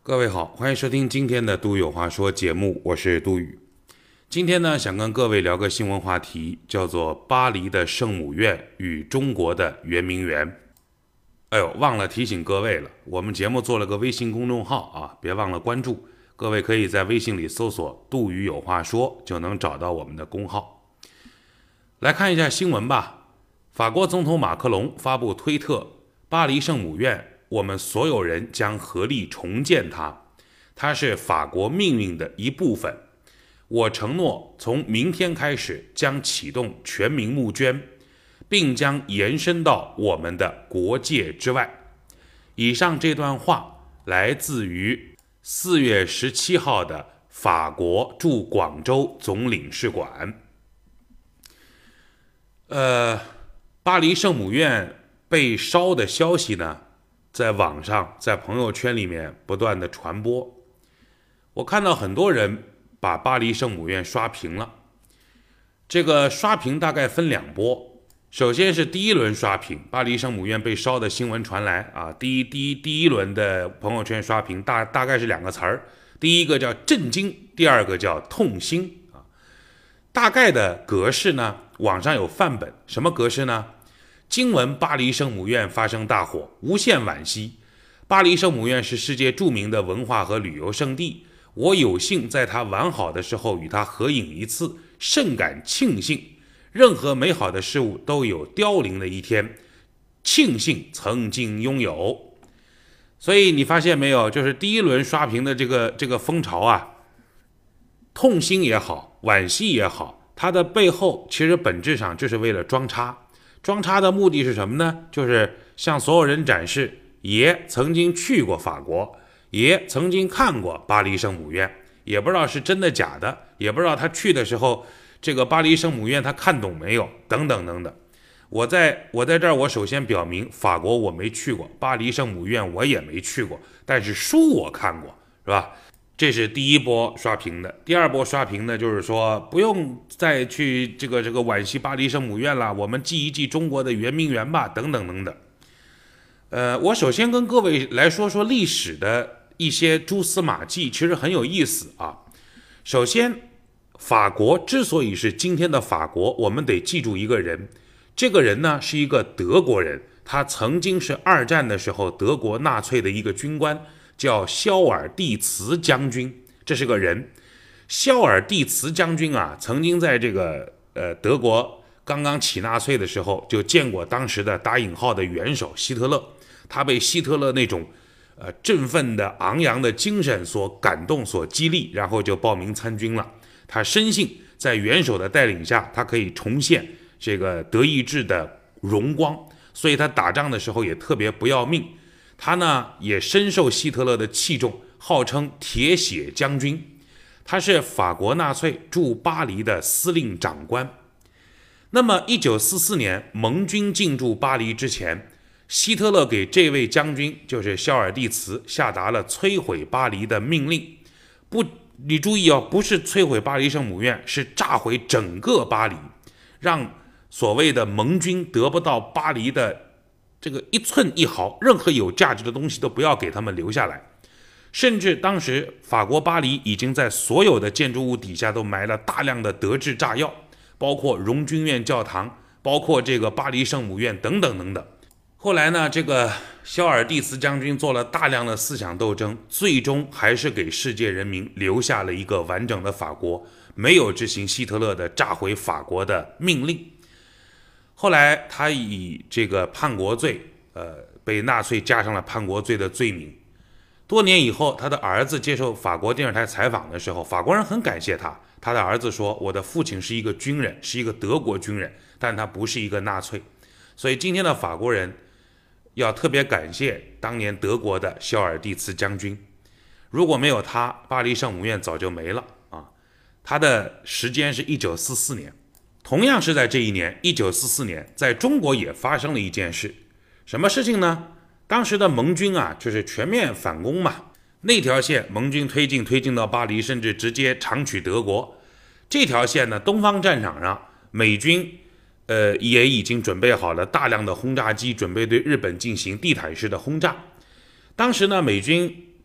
各位好，欢迎收听今天的都有话说节目，我是都宇。今天呢，想跟各位聊个新闻话题，叫做巴黎的圣母院与中国的圆明园。哎呦，忘了提醒各位了，我们节目做了个微信公众号啊，别忘了关注。各位可以在微信里搜索都宇有话说，就能找到我们的公号。来看一下新闻吧。法国总统马克龙发布推特，巴黎圣母院我们所有人将合力重建它，它是法国命运的一部分。我承诺从明天开始将启动全民募捐，并将延伸到我们的国界之外。以上这段话来自于4月17号的法国驻广州总领事馆。巴黎圣母院被烧的消息呢，在网上在朋友圈里面不断的传播。我看到很多人把巴黎圣母院刷屏了。这个刷屏大概分两波，首先是第一轮刷屏，巴黎圣母院被烧的新闻传来啊，第一轮的朋友圈刷屏大概是两个词儿，第一个叫震惊，第二个叫痛心啊。大概的格式呢，网上有范本，什么格式呢？经闻巴黎圣母院发生大火，无限惋惜。巴黎圣母院是世界著名的文化和旅游胜地，我有幸在它完好的时候与它合影一次，甚感庆幸。任何美好的事物都有凋零的一天，庆幸曾经拥有。所以你发现没有，就是第一轮刷屏的这个风潮啊，痛心也好，惋惜也好，它的背后其实本质上就是为了装叉。装叉的目的是什么呢？就是向所有人展示爷曾经去过法国，爷曾经看过巴黎圣母院，也不知道是真的假的，也不知道他去的时候这个巴黎圣母院他看懂没有，等等等等。我在这儿，我首先表明，法国我没去过，巴黎圣母院我也没去过，但是书我看过，是吧？这是第一波刷屏的。第二波刷屏呢，就是说不用再去这个惋惜巴黎圣母院了，我们记一记中国的圆明园吧，等等等等。我首先跟各位来说说历史的一些蛛丝马迹，其实很有意思啊。首先，法国之所以是今天的法国，我们得记住一个人，这个人呢是一个德国人，他曾经是二战的时候德国纳粹的一个军官。叫肖尔蒂茨将军，这是个人。肖尔蒂茨将军啊，曾经在这个德国刚刚起纳粹的时候，就见过当时的打引号的元首希特勒。他被希特勒那种振奋的昂扬的精神所感动、所激励，然后就报名参军了。他深信在元首的带领下，他可以重现这个德意志的荣光，所以他打仗的时候也特别不要命。他呢也深受希特勒的器重，号称铁血将军。他是法国纳粹驻巴黎的司令长官。那么1944年盟军进驻巴黎之前，希特勒给这位将军，就是肖尔蒂茨，下达了摧毁巴黎的命令。你注意哦，不是摧毁巴黎圣母院，是炸毁整个巴黎，让所谓的盟军得不到巴黎的这个一寸一毫，任何有价值的东西都不要给他们留下来。甚至当时法国巴黎已经在所有的建筑物底下都埋了大量的德制炸药，包括荣军院教堂，包括这个巴黎圣母院等等等等。后来呢，这个肖尔蒂茨将军做了大量的思想斗争，最终还是给世界人民留下了一个完整的法国，没有执行希特勒的炸毁法国的命令。后来他以这个叛国罪，被纳粹加上了叛国罪的罪名。多年以后，他的儿子接受法国电视台采访的时候，法国人很感谢他。他的儿子说：“我的父亲是一个军人，是一个德国军人，但他不是一个纳粹。”所以今天的法国人要特别感谢当年德国的肖尔蒂茨将军。如果没有他，巴黎圣母院早就没了啊。他的时间是1944年。同样是在这一年，1944年，在中国也发生了一件事。什么事情呢？当时的盟军啊，就是全面反攻嘛。那条线盟军推进到巴黎，甚至直接长取德国。这条线呢，东方战场上美军也已经准备好了大量的轰炸机，准备对日本进行地毯式的轰炸。当时呢，美军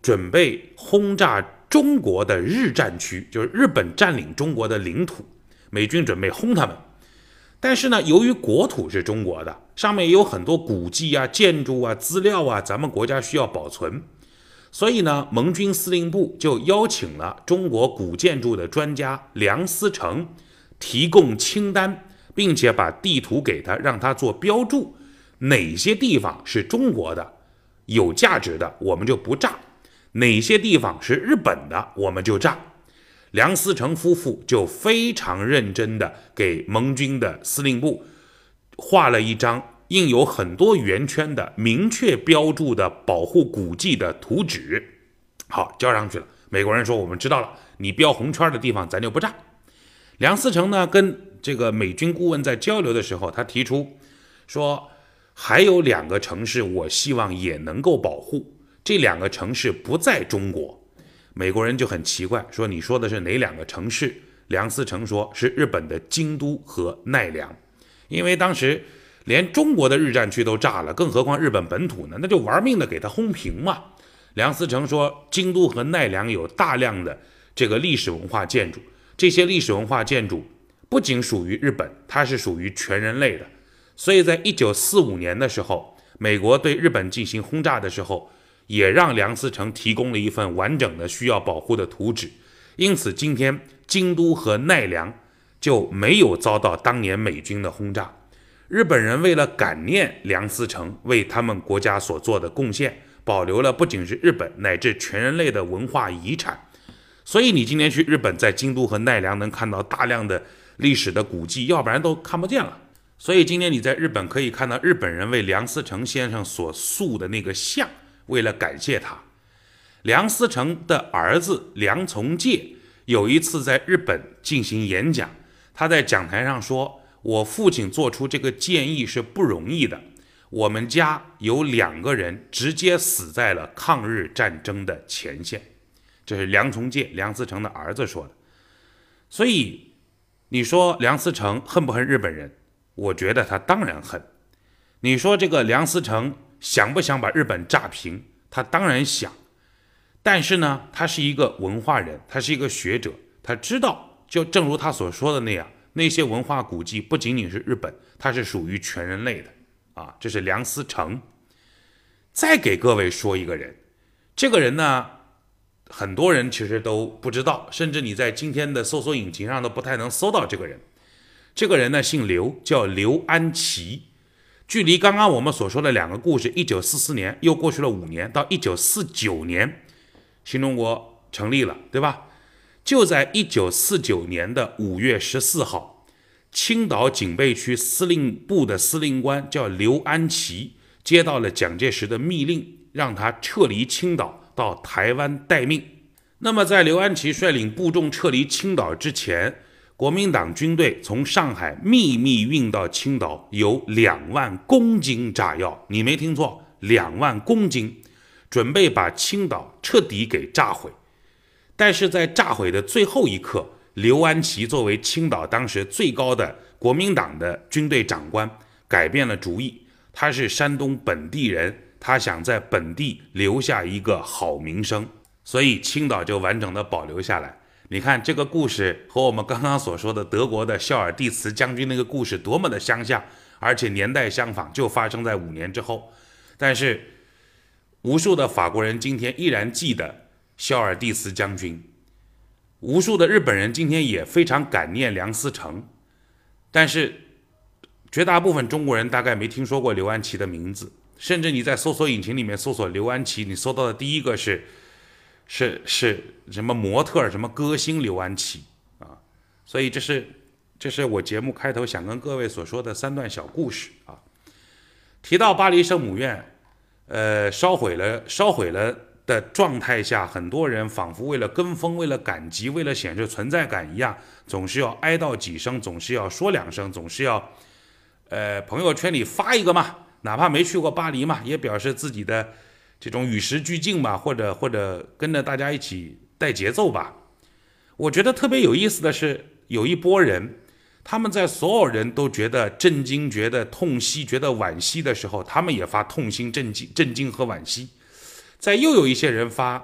准备轰炸中国的日战区，就是日本占领中国的领土，美军准备轰他们。但是呢，由于国土是中国的，上面也有很多古迹啊、建筑啊、资料啊，咱们国家需要保存，所以呢，盟军司令部就邀请了中国古建筑的专家梁思成提供清单，并且把地图给他，让他做标注，哪些地方是中国的有价值的我们就不炸，哪些地方是日本的我们就炸。梁思成夫妇就非常认真的给盟军的司令部画了一张印有很多圆圈的明确标注的保护古迹的图纸，好，交上去了。美国人说我们知道了，你标红圈的地方咱就不炸。梁思成呢跟这个美军顾问在交流的时候，他提出说还有2个城市我希望也能够保护，这2个城市不在中国。美国人就很奇怪，说你说的是哪2个城市？梁思成说是日本的京都和奈良，因为当时连中国的日战区都炸了，更何况日本本土呢？那就玩命的给它轰平嘛。梁思成说京都和奈良有大量的这个历史文化建筑，这些历史文化建筑不仅属于日本，它是属于全人类的。所以在1945年的时候，美国对日本进行轰炸的时候，也让梁思成提供了一份完整的需要保护的图纸，因此今天京都和奈良就没有遭到当年美军的轰炸。日本人为了感念梁思成为他们国家所做的贡献，保留了不仅是日本乃至全人类的文化遗产。所以你今天去日本，在京都和奈良能看到大量的历史的古迹，要不然都看不见了。所以今天你在日本可以看到日本人为梁思成先生所塑的那个像，为了感谢他。梁思成的儿子梁从诫有一次在日本进行演讲，他在讲台上说，我父亲做出这个建议是不容易的，我们家有2个人直接死在了抗日战争的前线。这是梁从诫，梁思成的儿子说的。所以你说梁思成恨不恨日本人？我觉得他当然恨。你说这个梁思成想不想把日本炸平？他当然想。但是呢，他是一个文化人，他是一个学者，他知道，就正如他所说的那样，那些文化古迹不仅仅是日本，它是属于全人类的啊。这是梁思成。再给各位说一个人，这个人呢，很多人其实都不知道，甚至你在今天的搜索引擎上都不太能搜到这个人。这个人呢姓刘，叫刘安琪。距离刚刚我们所说的2个故事，1944年又过去了5年，到1949年，新中国成立了，对吧？就在1949年的5月14号，青岛警备区司令部的司令官叫刘安琪，接到了蒋介石的密令，让他撤离青岛，到台湾待命。那么在刘安琪率领部众撤离青岛之前，国民党军队从上海秘密运到青岛有2万公斤炸药，你没听错，2万公斤，准备把青岛彻底给炸毁。但是在炸毁的最后一刻，刘安琪作为青岛当时最高的国民党的军队长官，改变了主意。他是山东本地人，他想在本地留下一个好名声，所以青岛就完整的保留下来。你看这个故事和我们刚刚所说的德国的肖尔蒂茨将军那个故事多么的相像，而且年代相仿，就发生在5年之后。但是无数的法国人今天依然记得肖尔蒂茨将军，无数的日本人今天也非常感念梁思成，但是绝大部分中国人大概没听说过刘安琪的名字，甚至你在搜索引擎里面搜索刘安琪，你搜到的第一个是什么模特什么歌星刘安琪啊。所以这是我节目开头想跟各位所说的3段小故事啊。提到巴黎圣母院烧毁了的状态下，很多人仿佛为了跟风，为了赶集，为了显示存在感一样，总是要哀悼几声，总是要说2声，总是要朋友圈里发一个嘛，哪怕没去过巴黎嘛，也表示自己的这种与时俱进吧，或者跟着大家一起带节奏吧。我觉得特别有意思的是，有一波人，他们在所有人都觉得震惊、觉得痛惜、觉得惋惜的时候，他们也发痛心、震惊和惋惜。再又有一些人发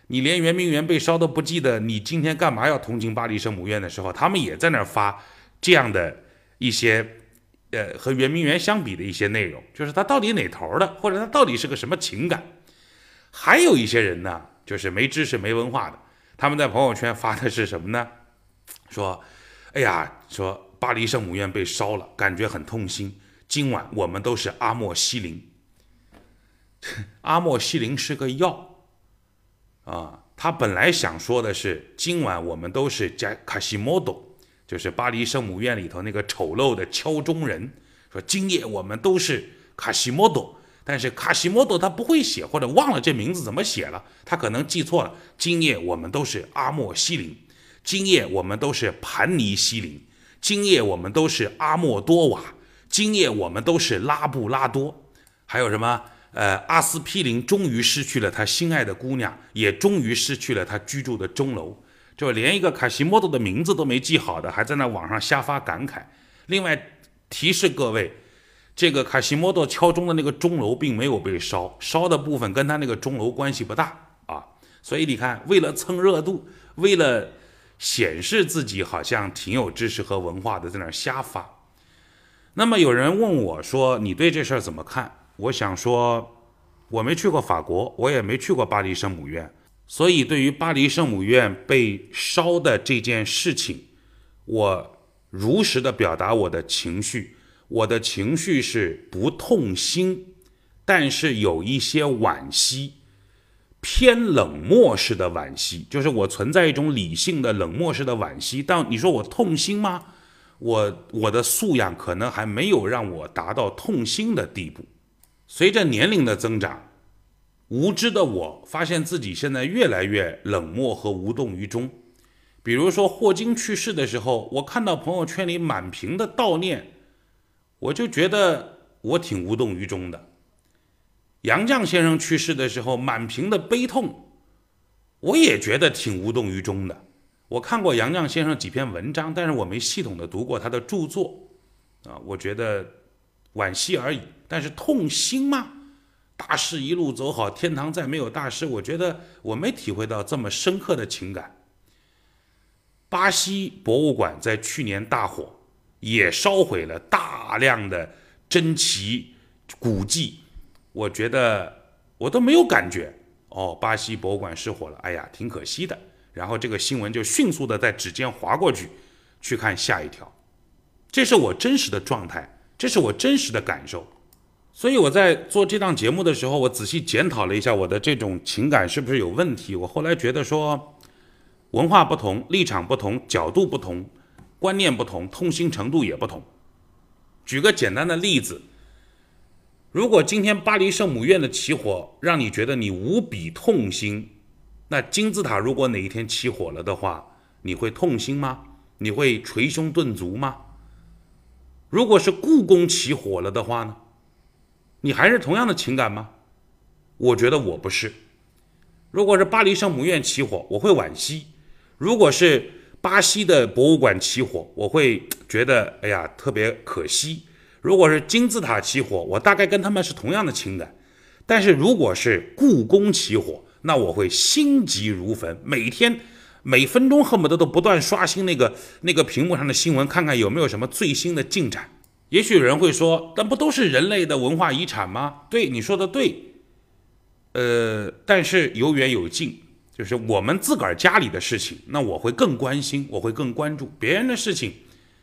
你连圆明园被烧都不记得，你今天干嘛要同情巴黎圣母院的时候，他们也在那儿发这样的一些和圆明园相比的一些内容，就是他到底哪头的，或者他到底是个什么情感。还有一些人呢，就是没知识没文化的，他们在朋友圈发的是什么呢？说哎呀，说巴黎圣母院被烧了，感觉很痛心，今晚我们都是阿莫西林。阿莫西林是个药啊，他本来想说的是今晚我们都是卡西莫多，就是巴黎圣母院里头那个丑陋的敲钟人，说今夜我们都是卡西莫多，但是卡西莫多他不会写，或者忘了这名字怎么写了，他可能记错了。今夜我们都是阿莫西林，今夜我们都是盘尼西林，今夜我们都是阿莫多瓦，今夜我们都是拉布拉多。还有什么阿司匹林终于失去了他心爱的姑娘，也终于失去了他居住的钟楼。就连一个卡西莫多的名字都没记好的，还在那网上瞎发感慨。另外提示各位，这个卡西莫多敲钟的那个钟楼并没有被烧，烧的部分跟他那个钟楼关系不大啊。所以你看，为了蹭热度，为了显示自己好像挺有知识和文化的，在那瞎发。那么有人问我说，你对这事儿怎么看？我想说，我没去过法国，我也没去过巴黎圣母院，所以对于巴黎圣母院被烧的这件事情，我如实的表达我的情绪。我的情绪是不痛心，但是有一些惋惜，偏冷漠式的惋惜，就是我存在一种理性的冷漠式的惋惜。但你说我痛心吗？我的素养可能还没有让我达到痛心的地步。随着年龄的增长，无知的我发现自己现在越来越冷漠和无动于衷。比如说霍金去世的时候，我看到朋友圈里满屏的悼念，我就觉得我挺无动于衷的。杨绛先生去世的时候，满屏的悲痛，我也觉得挺无动于衷的。我看过杨绛先生几篇文章，但是我没系统的读过他的著作啊，我觉得惋惜而已。但是痛心吗？大师一路走好，天堂再没有大师，我觉得我没体会到这么深刻的情感。巴西博物馆在去年大火，也烧毁了大量的珍奇古迹，我觉得我都没有感觉哦，巴西博物馆失火了，哎呀，挺可惜的。然后这个新闻就迅速的在指尖划过去，去看下一条。这是我真实的状态，这是我真实的感受。所以我在做这档节目的时候，我仔细检讨了一下我的这种情感是不是有问题。我后来觉得说，文化不同，立场不同，角度不同，观念不同，痛心程度也不同。举个简单的例子，如果今天巴黎圣母院的起火让你觉得你无比痛心，那金字塔如果哪一天起火了的话，你会痛心吗？你会捶胸顿足吗？如果是故宫起火了的话呢？你还是同样的情感吗？我觉得我不是。如果是巴黎圣母院起火，我会惋惜；如果是巴西的博物馆起火，我会觉得哎呀特别可惜；如果是金字塔起火，我大概跟他们是同样的情感。但是如果是故宫起火，那我会心急如焚，每天每分钟恨不得都不断刷新那个屏幕上的新闻，看看有没有什么最新的进展。也许有人会说，但不都是人类的文化遗产吗？对，你说的对。但是有远有近，就是我们自个儿家里的事情，那我会更关心，我会更关注。别人的事情，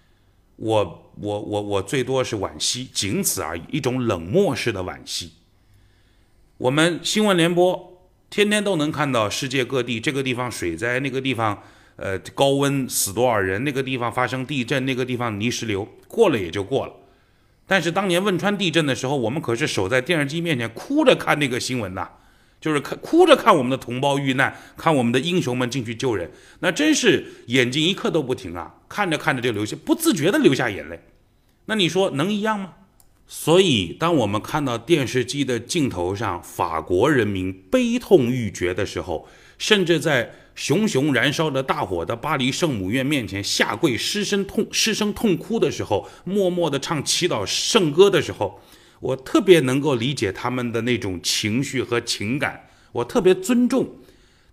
我最多是惋惜，仅此而已，一种冷漠式的惋惜。我们新闻联播天天都能看到世界各地，这个地方水灾，那个地方高温死多少人，那个地方发生地震，那个地方泥石流，过了也就过了。但是当年汶川地震的时候，我们可是守在电视机面前哭着看那个新闻呐，就是哭着看我们的同胞遇难，看我们的英雄们进去救人，那真是眼睛一刻都不停啊，看着看着就不自觉的流下眼泪。那你说能一样吗？所以当我们看到电视机的镜头上法国人民悲痛欲绝的时候，甚至在熊熊燃烧着大火的巴黎圣母院面前下跪失声痛哭的时候，默默地唱祈祷圣歌的时候，我特别能够理解他们的那种情绪和情感，我特别尊重。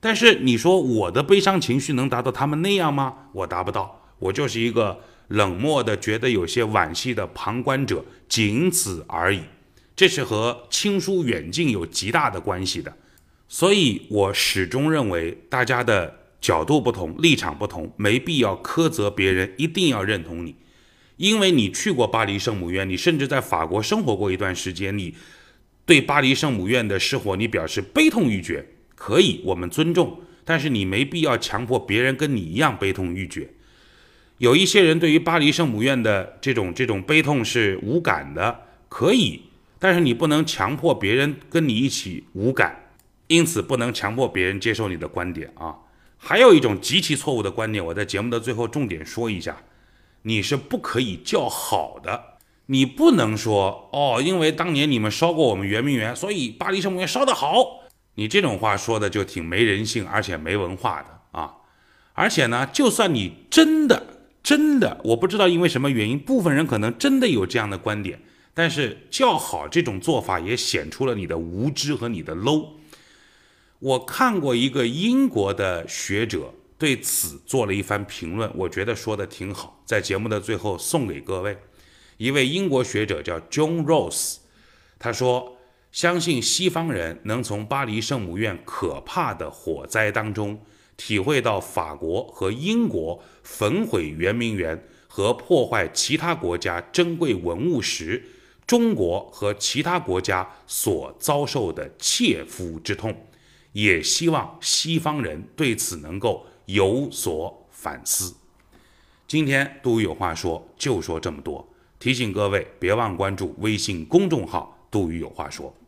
但是你说我的悲伤情绪能达到他们那样吗？我达不到，我就是一个冷漠的，觉得有些惋惜的旁观者，仅此而已。这是和亲疏远近有极大的关系的。所以我始终认为，大家的角度不同，立场不同，没必要苛责别人一定要认同你。因为你去过巴黎圣母院，你甚至在法国生活过一段时间，你对巴黎圣母院的失火你表示悲痛欲绝，可以，我们尊重，但是你没必要强迫别人跟你一样悲痛欲绝。有一些人对于巴黎圣母院的这种悲痛是无感的，可以，但是你不能强迫别人跟你一起无感，因此不能强迫别人接受你的观点啊。还有一种极其错误的观点，我在节目的最后重点说一下，你是不可以叫好的。你不能说因为当年你们烧过我们圆明园，所以巴黎圣母院烧得好。你这种话说的就挺没人性，而且没文化的啊。而且呢，就算你真的，我不知道因为什么原因，部分人可能真的有这样的观点，但是叫好这种做法也显出了你的无知和你的 low。我看过一个英国的学者对此做了一番评论，我觉得说的挺好，在节目的最后送给各位。一位英国学者叫 John Rawls， 他说，相信西方人能从巴黎圣母院可怕的火灾当中体会到法国和英国焚毁圆明园和破坏其他国家珍贵文物时，中国和其他国家所遭受的切肤之痛，也希望西方人对此能够有所反思。今天杜宇有话说就说这么多，提醒各位别忘关注微信公众号杜宇有话说。